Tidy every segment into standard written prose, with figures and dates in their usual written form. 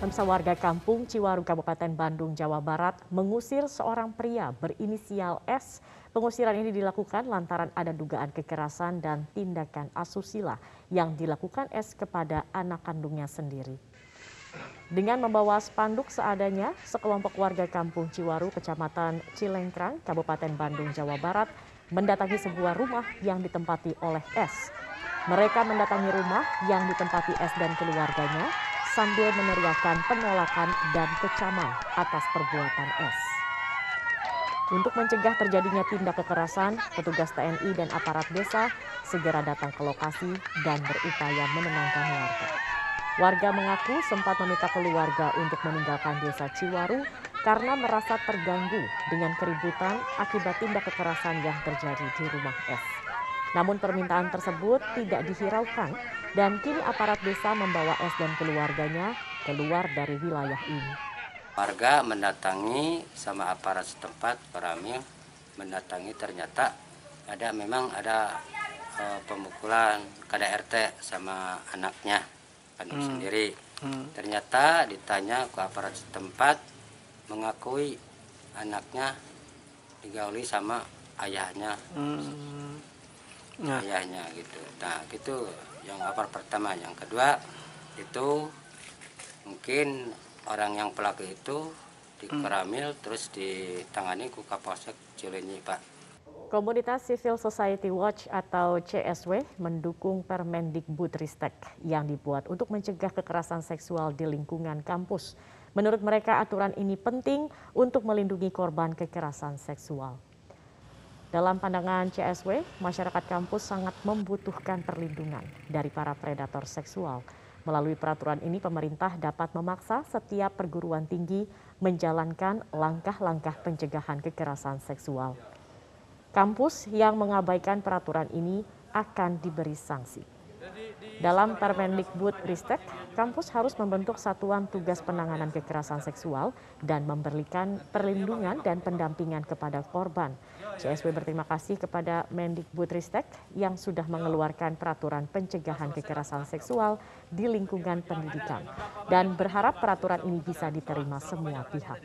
Pemirsa, warga kampung Ciwaru, Kabupaten Bandung, Jawa Barat mengusir seorang pria berinisial S. Pengusiran ini dilakukan lantaran ada dugaan kekerasan dan tindakan asusila yang dilakukan S kepada anak kandungnya sendiri. Dengan membawa spanduk seadanya, sekelompok warga kampung Ciwaru, Kecamatan Cilengkrang, Kabupaten Bandung, Jawa Barat, mendatangi sebuah rumah yang ditempati oleh S. Mereka mendatangi rumah yang ditempati S dan keluarganya sambil meneriakkan penolakan dan kecaman atas perbuatan S. Untuk mencegah terjadinya tindak kekerasan, petugas TNI dan aparat desa segera datang ke lokasi dan berupaya menenangkan warga. Warga mengaku sempat meminta keluarga untuk meninggalkan desa Ciwaru karena merasa terganggu dengan keributan akibat tindak kekerasan yang terjadi di rumah S. Namun permintaan tersebut tidak dihiraukan dan kini aparat desa membawa S dan keluarganya keluar dari wilayah ini. Warga mendatangi sama aparat setempat, Koramil mendatangi, ternyata memang ada pemukulan KDRT sama anaknya kandung sendiri. Ternyata ditanya ke aparat setempat, mengakui anaknya digauli sama ayahnya. Ayahnya gitu. Nah, gitu yang aparat pertama. Yang kedua itu mungkin orang yang pelaku itu dikeramil terus ditangani ke Kapolsek Cileunyi, Pak. Komunitas Civil Society Watch atau CSW mendukung Permendikbudristek yang dibuat untuk mencegah kekerasan seksual di lingkungan kampus. Menurut mereka, aturan ini penting untuk melindungi korban kekerasan seksual. Dalam pandangan CSW, masyarakat kampus sangat membutuhkan perlindungan dari para predator seksual. Melalui peraturan ini, pemerintah dapat memaksa setiap perguruan tinggi menjalankan langkah-langkah pencegahan kekerasan seksual. Kampus yang mengabaikan peraturan ini akan diberi sanksi. Dalam Permendikbudristek, kampus harus membentuk satuan tugas penanganan kekerasan seksual dan memberikan perlindungan dan pendampingan kepada korban. CSW berterima kasih kepada Mendikbudristek yang sudah mengeluarkan peraturan pencegahan kekerasan seksual di lingkungan pendidikan dan berharap peraturan ini bisa diterima semua pihak.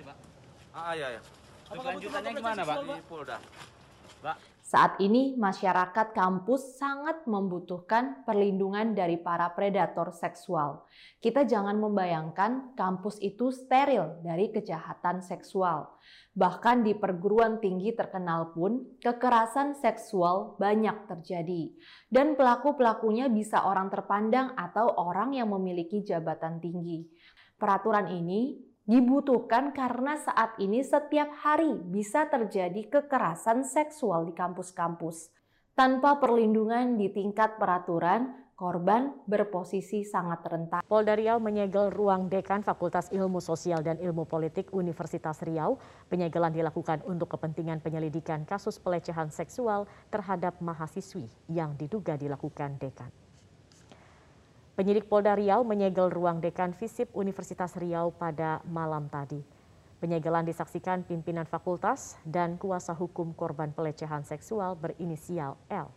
Lanjutannya gimana, Pak? Di Polda. Saat ini masyarakat kampus sangat membutuhkan perlindungan dari para predator seksual. Kita jangan membayangkan kampus itu steril dari kejahatan seksual. Bahkan di perguruan tinggi terkenal pun kekerasan seksual banyak terjadi. Dan pelaku-pelakunya bisa orang terpandang atau orang yang memiliki jabatan tinggi. Peraturan ini dibutuhkan karena saat ini setiap hari bisa terjadi kekerasan seksual di kampus-kampus. Tanpa perlindungan di tingkat peraturan, korban berposisi sangat rentan. Polda Riau menyegel ruang dekan Fakultas Ilmu Sosial dan Ilmu Politik Universitas Riau. Penyegelan dilakukan untuk kepentingan penyelidikan kasus pelecehan seksual terhadap mahasiswi yang diduga dilakukan dekan. Penyidik Polda Riau menyegel ruang dekan FISIP Universitas Riau pada malam tadi. Penyegelan disaksikan pimpinan fakultas dan kuasa hukum korban pelecehan seksual berinisial L.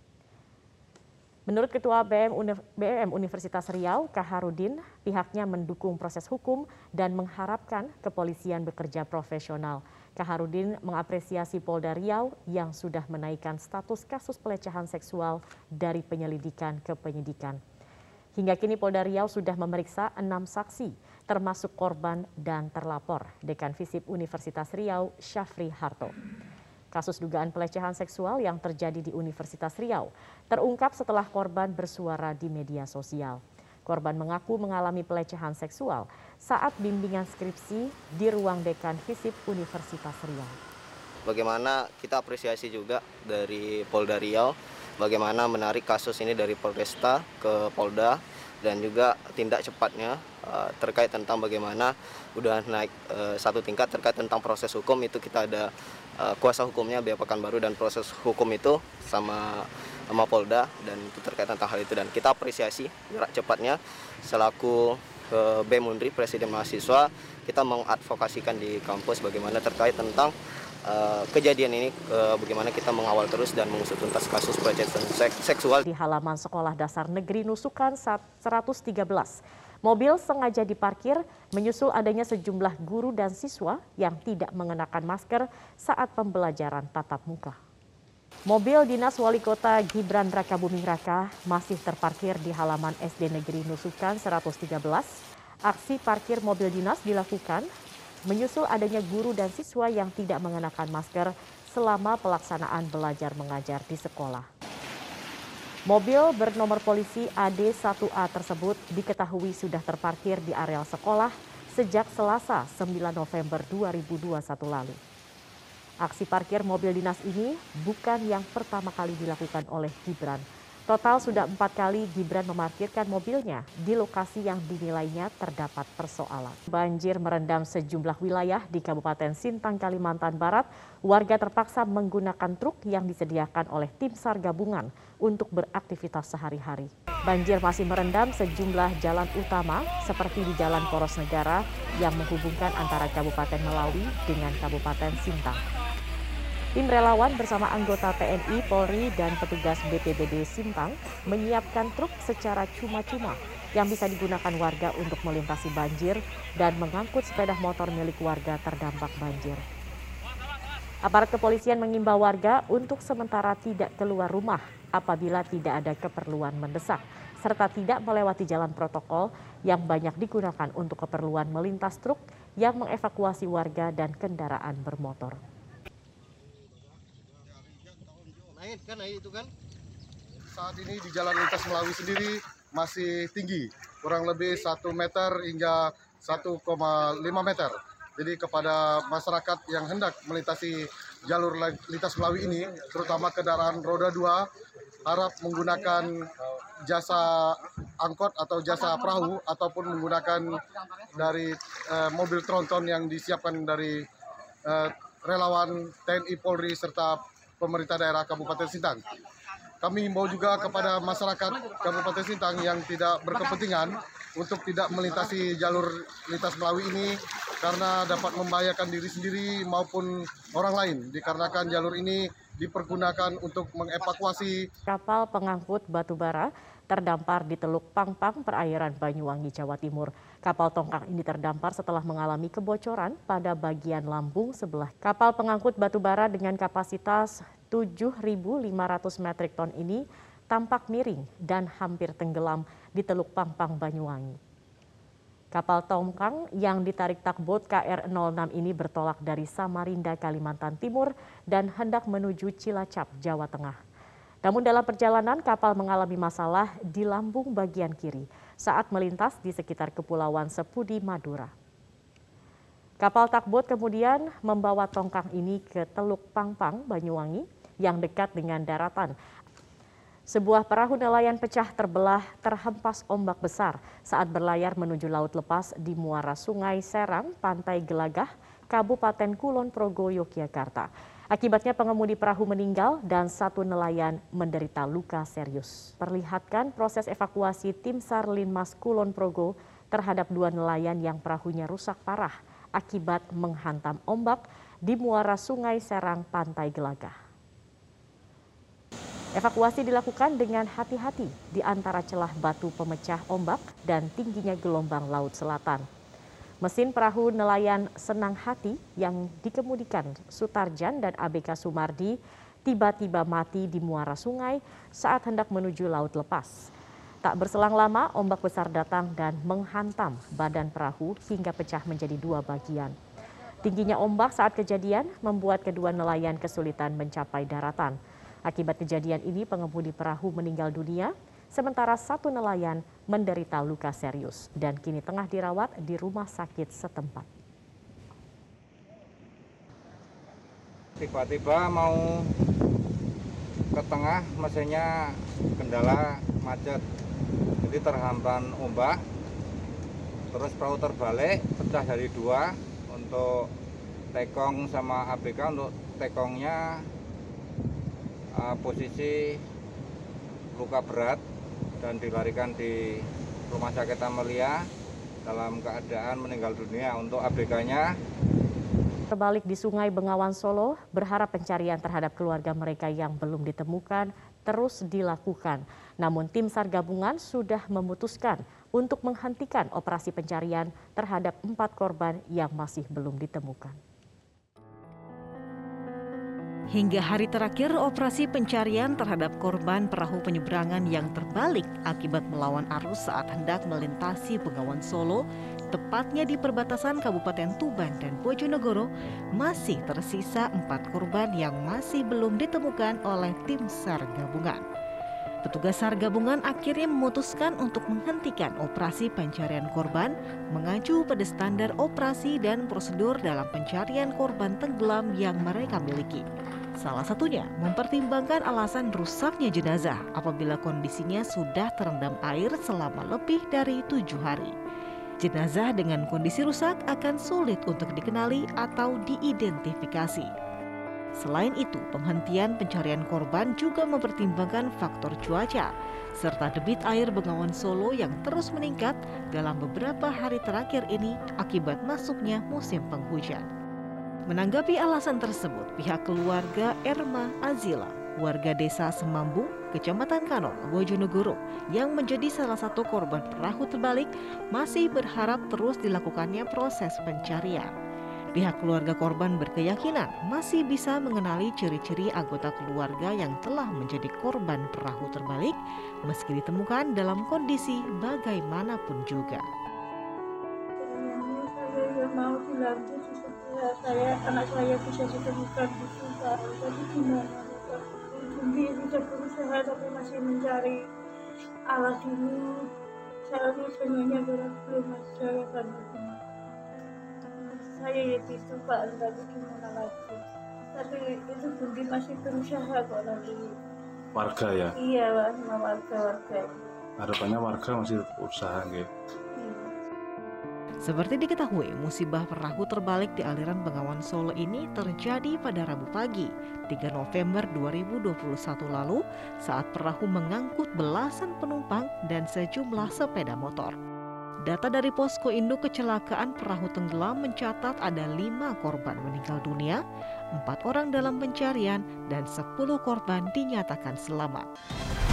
Menurut Ketua BEM Universitas Riau, Kaharudin, pihaknya mendukung proses hukum dan mengharapkan kepolisian bekerja profesional. Kaharudin mengapresiasi Polda Riau yang sudah menaikkan status kasus pelecehan seksual dari penyelidikan ke penyidikan. Hingga kini Polda Riau sudah memeriksa 6 saksi, termasuk korban dan terlapor, Dekan FISIP Universitas Riau, Syafri Harto. Kasus dugaan pelecehan seksual yang terjadi di Universitas Riau terungkap setelah korban bersuara di media sosial. Korban mengaku mengalami pelecehan seksual saat bimbingan skripsi di ruang Dekan FISIP Universitas Riau. Bagaimana kita apresiasi juga dari Polda Riau, bagaimana menarik kasus ini dari Polresta ke Polda dan juga tindak cepatnya terkait tentang bagaimana udah naik satu tingkat terkait tentang proses hukum. Itu kita ada kuasa hukumnya BEM Pekanbaru dan proses hukum itu sama Polda, dan itu terkait tentang hal itu, dan kita apresiasi gerak cepatnya selaku BEM Undri, Presiden Mahasiswa, kita mengadvokasikan di kampus bagaimana terkait tentang kejadian ini, bagaimana kita mengawal terus dan mengusut tuntas kasus pelecehan seksual. Di halaman Sekolah Dasar Negeri Nusukan 113 Mobil sengaja diparkir menyusul adanya sejumlah guru dan siswa yang tidak mengenakan masker saat pembelajaran tatap muka. Mobil Dinas Wali Kota Gibran Rakabuming Raka masih terparkir di halaman SD Negeri Nusukan 113. Aksi parkir mobil dinas dilakukan menyusul adanya guru dan siswa yang tidak mengenakan masker selama pelaksanaan belajar mengajar di sekolah. Mobil bernomor polisi AD1A tersebut diketahui sudah terparkir di areal sekolah sejak Selasa 9 November 2021 lalu. Aksi parkir mobil dinas ini bukan yang pertama kali dilakukan oleh Gibran. Total sudah 4 kali Gibran memarkirkan mobilnya di lokasi yang dinilainya terdapat persoalan. Banjir merendam sejumlah wilayah di Kabupaten Sintang, Kalimantan Barat. Warga terpaksa menggunakan truk yang disediakan oleh tim SAR gabungan untuk beraktivitas sehari-hari. Banjir masih merendam sejumlah jalan utama seperti di Jalan Poros Negara yang menghubungkan antara Kabupaten Melawi dengan Kabupaten Sintang. Tim relawan bersama anggota TNI, Polri, dan petugas BPBD Sintang menyiapkan truk secara cuma-cuma yang bisa digunakan warga untuk melintasi banjir dan mengangkut sepeda motor milik warga terdampak banjir. Aparat kepolisian mengimbau warga untuk sementara tidak keluar rumah apabila tidak ada keperluan mendesak, serta tidak melewati jalan protokol yang banyak digunakan untuk keperluan melintas truk yang mengevakuasi warga dan kendaraan bermotor. Naik itu kan saat ini di Jalan Lintas Melawi sendiri masih tinggi, kurang lebih 1 meter hingga 1,5 meter. Jadi kepada masyarakat yang hendak melintasi jalur lintas Melawi ini, terutama kendaraan roda 2, harap menggunakan jasa angkot atau jasa perahu ataupun menggunakan dari mobil tronton yang disiapkan dari relawan TNI, Polri, serta pemerintah daerah Kabupaten Sintang. Kami himbau juga kepada masyarakat Kabupaten Sintang yang tidak berkepentingan untuk tidak melintasi jalur lintas Melawi ini karena dapat membahayakan diri sendiri maupun orang lain dikarenakan jalur ini dipergunakan untuk mengevakuasi kapal pengangkut batu bara terdampar di Teluk Pangpang, perairan Banyuwangi, Jawa Timur. Kapal tongkang ini terdampar setelah mengalami kebocoran pada bagian lambung sebelah. Kapal pengangkut batu bara dengan kapasitas 7.500 metrik ton ini tampak miring dan hampir tenggelam di Teluk Pangpang, Banyuwangi. Kapal tongkang yang ditarik tugboat KR06 ini bertolak dari Samarinda, Kalimantan Timur dan hendak menuju Cilacap, Jawa Tengah. Namun dalam perjalanan kapal mengalami masalah di lambung bagian kiri saat melintas di sekitar Kepulauan Sepudi, Madura. Kapal tugboat kemudian membawa tongkang ini ke Teluk Pangpang, Banyuwangi yang dekat dengan daratan. Sebuah perahu nelayan pecah terbelah terhempas ombak besar saat berlayar menuju laut lepas di muara Sungai Serang, Pantai Gelagah, Kabupaten Kulon Progo, Yogyakarta. Akibatnya pengemudi perahu meninggal dan 1 nelayan menderita luka serius. Perlihatkan proses evakuasi tim SAR Linmas Kulon Progo terhadap 2 nelayan yang perahunya rusak parah akibat menghantam ombak di muara Sungai Serang, Pantai Gelagah. Evakuasi dilakukan dengan hati-hati di antara celah batu pemecah ombak dan tingginya gelombang laut selatan. Mesin perahu nelayan Senang Hati yang dikemudikan Sutarjan dan ABK Sumardi tiba-tiba mati di muara sungai saat hendak menuju laut lepas. Tak berselang lama ombak besar datang dan menghantam badan perahu hingga pecah menjadi 2 bagian. Tingginya ombak saat kejadian membuat kedua nelayan kesulitan mencapai daratan. Akibat kejadian ini pengemudi perahu meninggal dunia, sementara 1 nelayan menderita luka serius dan kini tengah dirawat di rumah sakit setempat. Tiba-tiba mau ke tengah, mesinnya kendala macet, jadi terhantam ombak, terus perahu terbalik, pecah dari 2 untuk tekong sama ABK. Untuk tekongnya posisi luka berat dan dilarikan di Rumah Sakit Amelia dalam keadaan meninggal dunia. Untuk ABK-nya terbalik di Sungai Bengawan Solo, berharap pencarian terhadap keluarga mereka yang belum ditemukan terus dilakukan. Namun tim SAR gabungan sudah memutuskan untuk menghentikan operasi pencarian terhadap 4 korban yang masih belum ditemukan. Hingga hari terakhir, operasi pencarian terhadap korban perahu penyeberangan yang terbalik akibat melawan arus saat hendak melintasi Bengawan Solo, tepatnya di perbatasan Kabupaten Tuban dan Bojonegoro, masih tersisa 4 korban yang masih belum ditemukan oleh tim SAR gabungan. Petugas SAR gabungan akhirnya memutuskan untuk menghentikan operasi pencarian korban, mengacu pada standar operasi dan prosedur dalam pencarian korban tenggelam yang mereka miliki. Salah satunya mempertimbangkan alasan rusaknya jenazah apabila kondisinya sudah terendam air selama lebih dari 7 hari. Jenazah dengan kondisi rusak akan sulit untuk dikenali atau diidentifikasi. Selain itu, penghentian pencarian korban juga mempertimbangkan faktor cuaca, serta debit air Bengawan Solo yang terus meningkat dalam beberapa hari terakhir ini akibat masuknya musim penghujan. Menanggapi alasan tersebut, pihak keluarga Erma Azila, warga desa Semambung, Kecamatan Kanon, Bojonegoro, yang menjadi salah satu korban perahu terbalik, masih berharap terus dilakukannya proses pencarian. Pihak keluarga korban berkeyakinan masih bisa mengenali ciri-ciri anggota keluarga yang telah menjadi korban perahu terbalik, meski ditemukan dalam kondisi bagaimanapun juga. Saya mau dilanjut supaya anak saya bisa ditemukan di Tuban. Jadi gimana? Bumbi sudah berusaha tapi masih mencari alat ini. Saya sebenarnya belum ada kan. Saya ya di Tuban, tapi gimana lagi? Tapi itu Bumbi masih berusaha kok nanti. Warga ya? Iya, sama warga-warga. Harapannya warga masih usaha gitu. Seperti diketahui, musibah perahu terbalik di aliran Bengawan Solo ini terjadi pada Rabu pagi, 3 November 2021 lalu, saat perahu mengangkut belasan penumpang dan sejumlah sepeda motor. Data dari Posko Induk Kecelakaan Perahu Tenggelam mencatat ada 5 korban meninggal dunia, 4 orang dalam pencarian, dan 10 korban dinyatakan selamat.